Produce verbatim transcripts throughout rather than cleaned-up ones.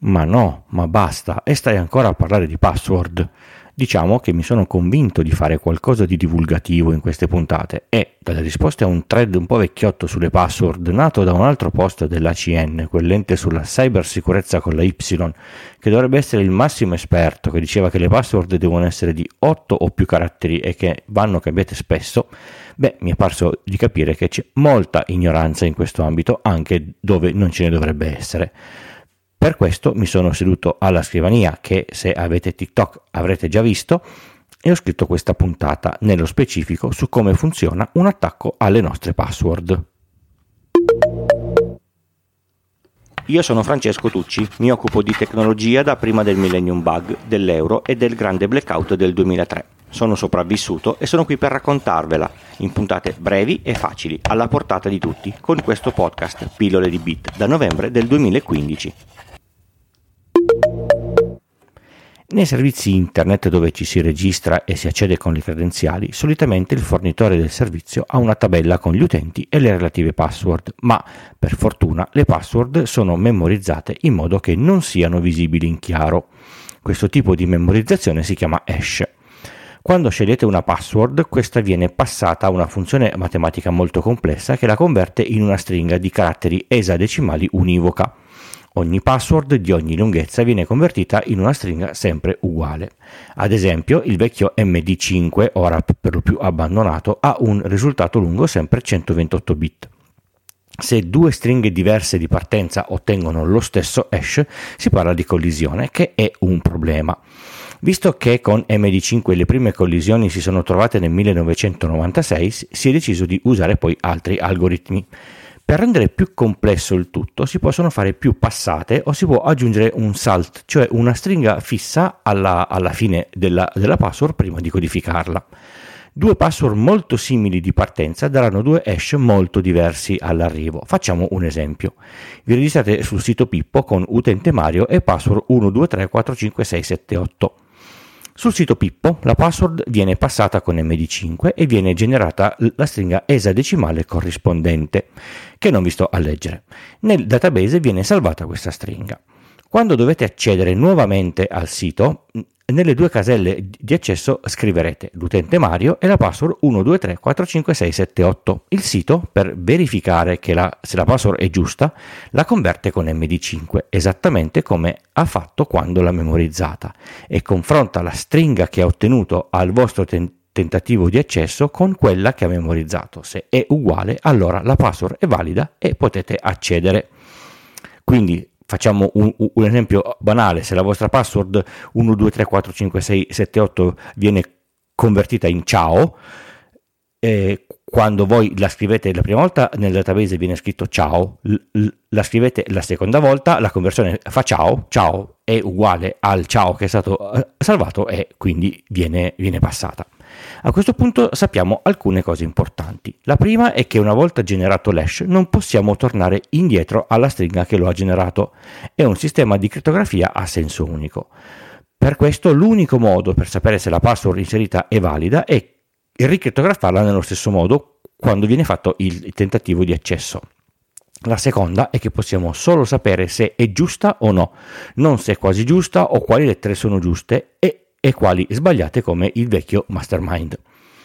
Ma no, ma basta, e stai ancora a parlare di password. Diciamo che mi sono convinto di fare qualcosa di divulgativo in queste puntate e, dalle risposte a un thread un po' vecchiotto sulle password, nato da un altro post dell'A C N, quell'ente sulla cybersicurezza con la Y, che dovrebbe essere il massimo esperto, che diceva che le password devono essere di otto o più caratteri e che vanno cambiate spesso, beh, mi è parso di capire che c'è molta ignoranza in questo ambito, anche dove non ce ne dovrebbe essere. Per questo mi sono seduto alla scrivania, che se avete TikTok avrete già visto, e ho scritto questa puntata nello specifico su come funziona un attacco alle nostre password. Io sono Francesco Tucci, mi occupo di tecnologia da prima del Millennium Bug, dell'euro e del grande blackout del duemilatré. Sono sopravvissuto e sono qui per raccontarvela, in puntate brevi e facili, alla portata di tutti, con questo podcast Pillole di Bit, da novembre del duemilaquindici. Nei servizi internet dove ci si registra e si accede con le credenziali, solitamente il fornitore del servizio ha una tabella con gli utenti e le relative password, ma per fortuna le password sono memorizzate in modo che non siano visibili in chiaro. Questo tipo di memorizzazione si chiama hash. Quando scegliete una password, questa viene passata a una funzione matematica molto complessa che la converte in una stringa di caratteri esadecimali univoca. Ogni password di ogni lunghezza viene convertita in una stringa sempre uguale. Ad esempio, il vecchio M D cinque, ora per lo più abbandonato, ha un risultato lungo sempre centoventotto bit. Se due stringhe diverse di partenza ottengono lo stesso hash, si parla di collisione, che è un problema. Visto che con M D cinque le prime collisioni si sono trovate nel millenovecentonovantasei, si è deciso di usare poi altri algoritmi. Per rendere più complesso il tutto si possono fare più passate o si può aggiungere un salt, cioè una stringa fissa alla, alla fine della, della password prima di codificarla. Due password molto simili di partenza daranno due hash molto diversi all'arrivo. Facciamo un esempio. Vi registrate sul sito Pippo con utente Mario e password uno due tre quattro cinque sei sette otto. Sul sito Pippo la password viene passata con M D cinque e viene generata la stringa esadecimale corrispondente, che non vi sto a leggere. Nel database viene salvata questa stringa. Quando dovete accedere nuovamente al sito, nelle due caselle di accesso scriverete l'utente Mario e la password uno due tre quattro cinque sei sette otto. Il sito, per verificare che la, se la password è giusta, la converte con M D cinque, esattamente come ha fatto quando l'ha memorizzata, e confronta la stringa che ha ottenuto al vostro ten- tentativo di accesso con quella che ha memorizzato. Se è uguale, allora la password è valida e potete accedere. Quindi facciamo un, un esempio banale: se la vostra password uno due tre quattro cinque sei sette otto viene convertita in ciao, eh, quando voi la scrivete la prima volta nel database viene scritto ciao, l- l- la scrivete la seconda volta, la conversione fa ciao, ciao è uguale al ciao che è stato eh, salvato e quindi viene, viene passata. A questo punto sappiamo alcune cose importanti. La prima è che una volta generato l'hash non possiamo tornare indietro alla stringa che lo ha generato. È un sistema di crittografia a senso unico. Per questo l'unico modo per sapere se la password inserita è valida è ricrittografarla nello stesso modo quando viene fatto il tentativo di accesso. La seconda è che possiamo solo sapere se è giusta o no, non se è quasi giusta o quali lettere sono giuste e e quali sbagliate, come il vecchio mastermind.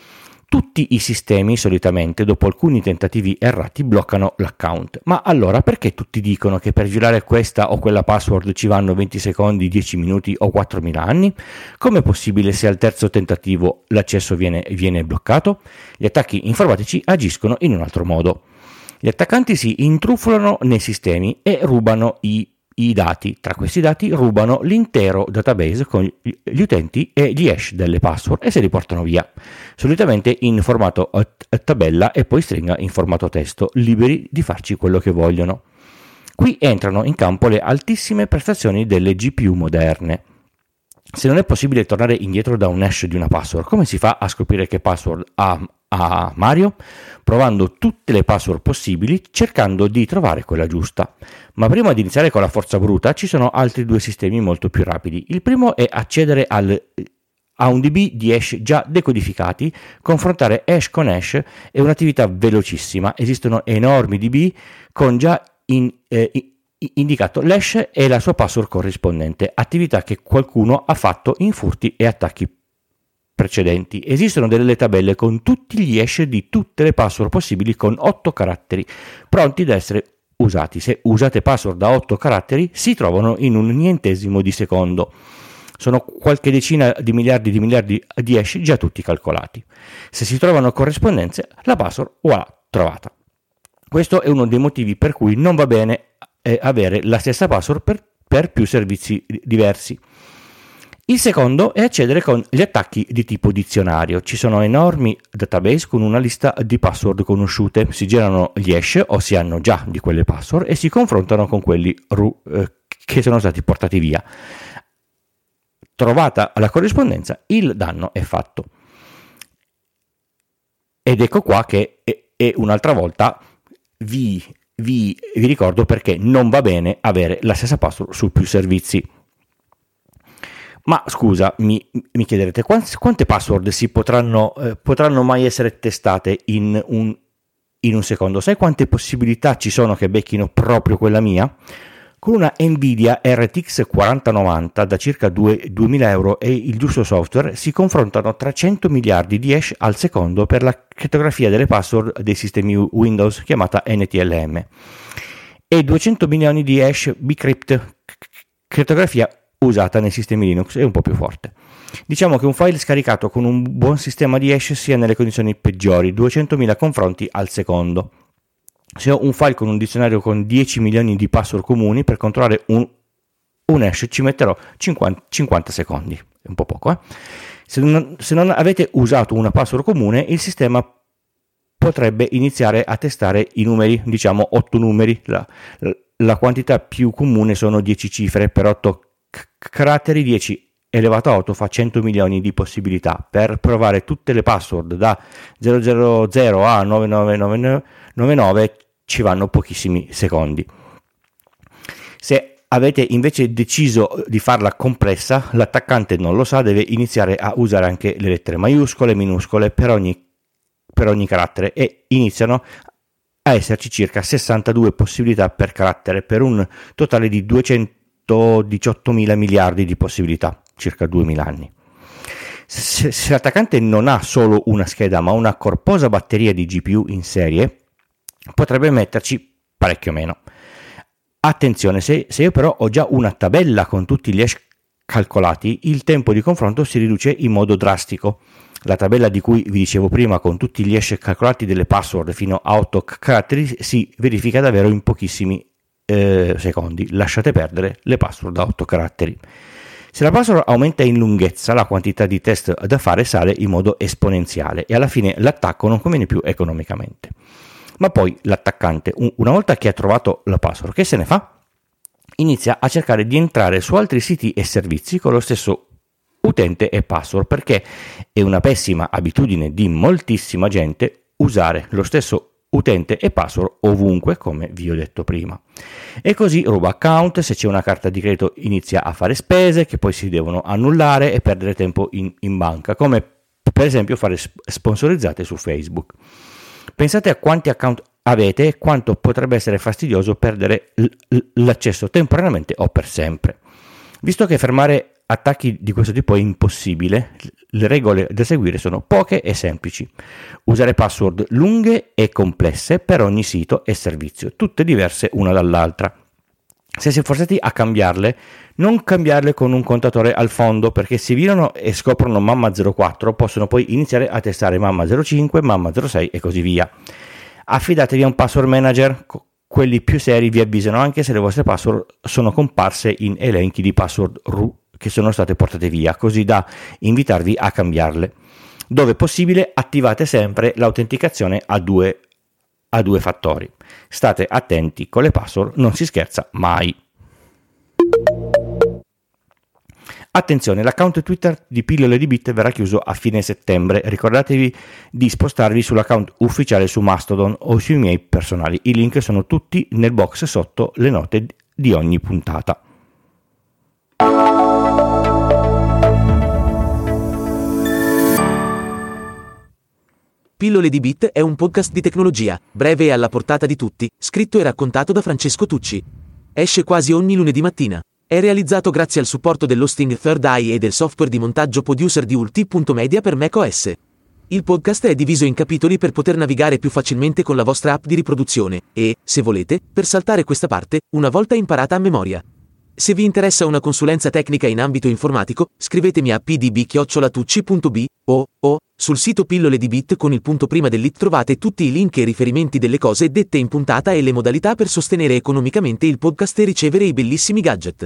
Tutti i sistemi solitamente dopo alcuni tentativi errati bloccano l'account, ma allora perché tutti dicono che per girare questa o quella password ci vanno venti secondi, dieci minuti o quattromila anni? Com'è possibile se al terzo tentativo l'accesso viene, viene bloccato? Gli attacchi informatici agiscono in un altro modo. Gli attaccanti si intrufolano nei sistemi e rubano i i dati. Tra questi dati rubano l'intero database con gli utenti e gli hash delle password e se li portano via, solitamente in formato tabella e poi stringa in formato testo, liberi di farci quello che vogliono. Qui entrano in campo le altissime prestazioni delle G P U moderne. Se non è possibile tornare indietro da un hash di una password, come si fa a scoprire che password ha, ha Mario? Provando tutte le password possibili, cercando di trovare quella giusta. Ma prima di iniziare con la forza bruta, ci sono altri due sistemi molto più rapidi. Il primo è accedere al, a un dB di hash già decodificati. Confrontare hash con hash è un'attività velocissima. Esistono enormi dB con già in, eh, indicato l'hash e la sua password corrispondente, attività che qualcuno ha fatto in furti e attacchi precedenti. Esistono delle tabelle con tutti gli hash di tutte le password possibili con otto caratteri, pronti da essere usati. Se usate password da otto caratteri, si trovano in un nientesimo di secondo. Sono qualche decina di miliardi di miliardi di hash già tutti calcolati. Se si trovano corrispondenze, la password voilà, trovata. Questo è uno dei motivi per cui non va bene eh, avere la stessa password per, per più servizi diversi. Il secondo è accedere con gli attacchi di tipo dizionario. Ci sono enormi database con una lista di password conosciute. Si generano gli hash o si hanno già di quelle password e si confrontano con quelli ru, eh, che sono stati portati via. Trovata la corrispondenza, il danno è fatto. Ed ecco qua che è, è un'altra volta vi, vi, vi ricordo perché non va bene avere la stessa password su più servizi. Ma scusa, mi, mi chiederete quante, quante password si potranno, eh, potranno mai essere testate in un, in un secondo? Sai quante possibilità ci sono che becchino proprio quella mia? Con una Nvidia R T X quaranta novanta da circa duemila euro e il giusto software si confrontano trecento miliardi di hash al secondo per la crittografia delle password dei sistemi Windows chiamata N T L M e duecento milioni di hash bcrypt, crittografia usata nei sistemi Linux è un po' più forte. Diciamo che un file scaricato con un buon sistema di hash sia nelle condizioni peggiori, duecentomila confronti al secondo. Se ho un file con un dizionario con dieci milioni di password comuni, per controllare un, un hash ci metterò cinquanta, cinquanta secondi, è un po' poco. Eh? Se, non, se non avete usato una password comune, il sistema potrebbe iniziare a testare i numeri, diciamo otto numeri, la, la, la quantità più comune sono dieci cifre per otto caratteri, dieci elevato a otto fa cento milioni di possibilità. Per provare tutte le password da zero zero zero a nove nove nove nove ci vanno pochissimi secondi. Se avete invece deciso di farla complessa, l'attaccante non lo sa, deve iniziare a usare anche le lettere maiuscole e minuscole per ogni, per ogni carattere e iniziano a esserci circa sessantadue possibilità per carattere per un totale di duecentodiciottomila miliardi di possibilità, circa duemila anni. Se, se l'attaccante non ha solo una scheda ma una corposa batteria di G P U in serie, potrebbe metterci parecchio meno. Attenzione, se, se io però ho già una tabella con tutti gli hash calcolati, il tempo di confronto si riduce in modo drastico. La tabella di cui vi dicevo prima con tutti gli hash calcolati delle password fino a otto caratteri si verifica davvero in pochissimi eh, secondi. Lasciate perdere le password da otto caratteri. Se la password aumenta in lunghezza, la quantità di test da fare sale in modo esponenziale e alla fine l'attacco non conviene più economicamente. Ma poi l'attaccante, una volta che ha trovato la password, che se ne fa? Inizia a cercare di entrare su altri siti e servizi con lo stesso utente e password, perché è una pessima abitudine di moltissima gente usare lo stesso utente e password ovunque, come vi ho detto prima. E così ruba account, se c'è una carta di credito inizia a fare spese che poi si devono annullare e perdere tempo in, in banca, come per esempio fare sponsorizzate su Facebook. Pensate a quanti account avete e quanto potrebbe essere fastidioso perdere l'accesso temporaneamente o per sempre. Visto che fermare attacchi di questo tipo è impossibile, le regole da seguire sono poche e semplici. Usare password lunghe e complesse per ogni sito e servizio, tutte diverse una dall'altra. Se si è forzati a cambiarle, non cambiarle con un contatore al fondo, perché se virano e scoprono mamma zero quattro possono poi iniziare a testare mamma zero cinque, mamma zero sei e così via. Affidatevi a un password manager, quelli più seri vi avvisano anche se le vostre password sono comparse in elenchi di password R U che sono state portate via, così da invitarvi a cambiarle. Dove possibile attivate sempre l'autenticazione a due a due fattori. State attenti con le password, non si scherza mai. Attenzione, l'account Twitter di Pillole di Bit verrà chiuso a fine settembre. Ricordatevi di spostarvi sull'account ufficiale su Mastodon o sui miei personali. I link sono tutti nel box sotto le note di ogni puntata. Pillole di Bit è un podcast di tecnologia, breve e alla portata di tutti, scritto e raccontato da Francesco Tucci. esce quasi ogni lunedì mattina. È realizzato grazie al supporto dell'hosting Third Eye e del software di montaggio Producer di ulti.media per macOS. Il podcast è diviso in capitoli per poter navigare più facilmente con la vostra app di riproduzione e, se volete, per saltare questa parte, una volta imparata a memoria. Se vi interessa una consulenza tecnica in ambito informatico, scrivetemi a p d b chiocciola tucci punto b o, o, sul sito Pillole di Bit con il punto prima dell'it trovate tutti i link e riferimenti delle cose dette in puntata e le modalità per sostenere economicamente il podcast e ricevere i bellissimi gadget.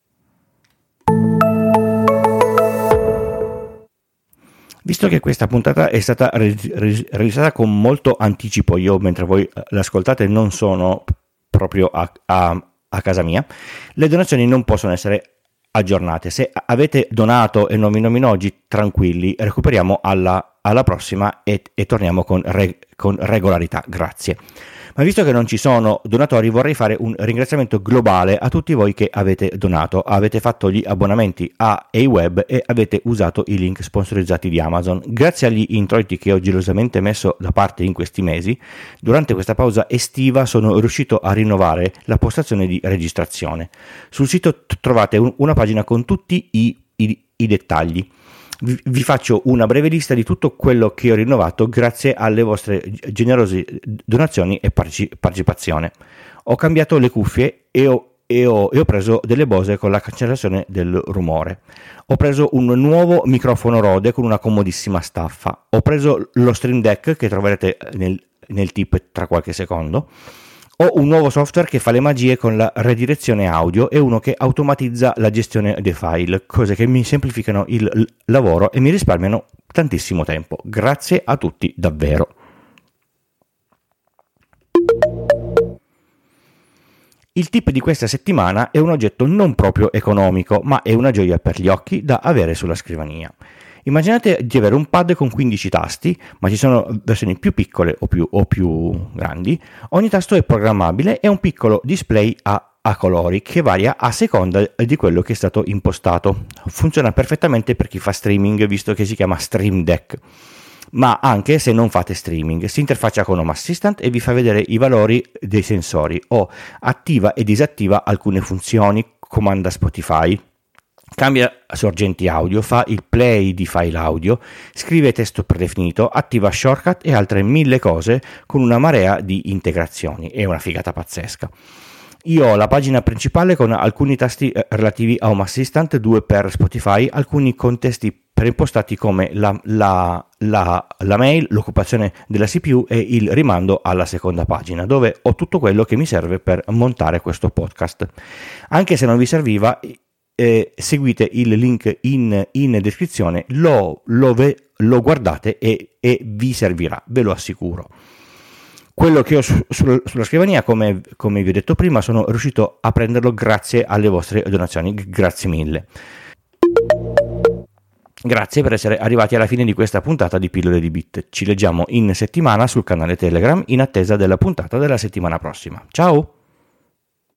Visto che questa puntata è stata registrata con molto anticipo, io mentre voi l'ascoltate non sono proprio a, a a casa mia, le donazioni non possono essere aggiornate. Se avete donato e non vi nomino oggi, tranquilli, recuperiamo alla, alla prossima e, e torniamo con, re, con regolarità, grazie. Ma visto che non ci sono donatori, vorrei fare un ringraziamento globale a tutti voi che avete donato, avete fatto gli abbonamenti a A-Web e avete usato i link sponsorizzati di Amazon. Grazie agli introiti che ho gelosamente messo da parte in questi mesi, durante questa pausa estiva sono riuscito a rinnovare la postazione di registrazione. Sul sito trovate un, una pagina con tutti i, i, i dettagli. Vi faccio una breve lista di tutto quello che ho rinnovato grazie alle vostre generose donazioni e partecipazione. Ho cambiato le cuffie e ho, e ho, e ho preso delle Bose con la cancellazione del rumore. Ho preso un nuovo microfono Rode con una comodissima staffa. Ho preso lo Stream Deck che troverete nel, nel tip tra qualche secondo. Ho un nuovo software che fa le magie con la redirezione audio e uno che automatizza la gestione dei file, cose che mi semplificano il l- lavoro e mi risparmiano tantissimo tempo. Grazie a tutti, davvero. Il tip di questa settimana è un oggetto non proprio economico, ma è una gioia per gli occhi da avere sulla scrivania. Immaginate di avere un pad con quindici tasti, ma ci sono versioni più piccole o più, o più grandi. Ogni tasto è programmabile e un piccolo display a, a colori che varia a seconda di quello che è stato impostato. Funziona perfettamente per chi fa streaming, visto che si chiama Stream Deck. Ma anche se non fate streaming, si interfaccia con Home Assistant e vi fa vedere i valori dei sensori o attiva e disattiva alcune funzioni, comanda Spotify, cambia sorgenti audio, fa il play di file audio, scrive testo predefinito, attiva shortcut e altre mille cose con una marea di integrazioni. È una figata pazzesca. Io ho la pagina principale con alcuni tasti relativi a Home Assistant, due per Spotify, alcuni contesti preimpostati come la, la, la, la mail, l'occupazione della C P U e il rimando alla seconda pagina, dove ho tutto quello che mi serve per montare questo podcast. Anche se non vi serviva, eh, seguite il link in, in descrizione, lo, lo, ve, lo guardate e, e vi servirà, ve lo assicuro. Quello che ho su, su, sulla scrivania, come, come vi ho detto prima, sono riuscito a prenderlo grazie alle vostre donazioni, grazie mille. Grazie per essere arrivati alla fine di questa puntata di Pillole di Bit. Ci leggiamo in settimana sul canale Telegram in attesa della puntata della settimana prossima. Ciao!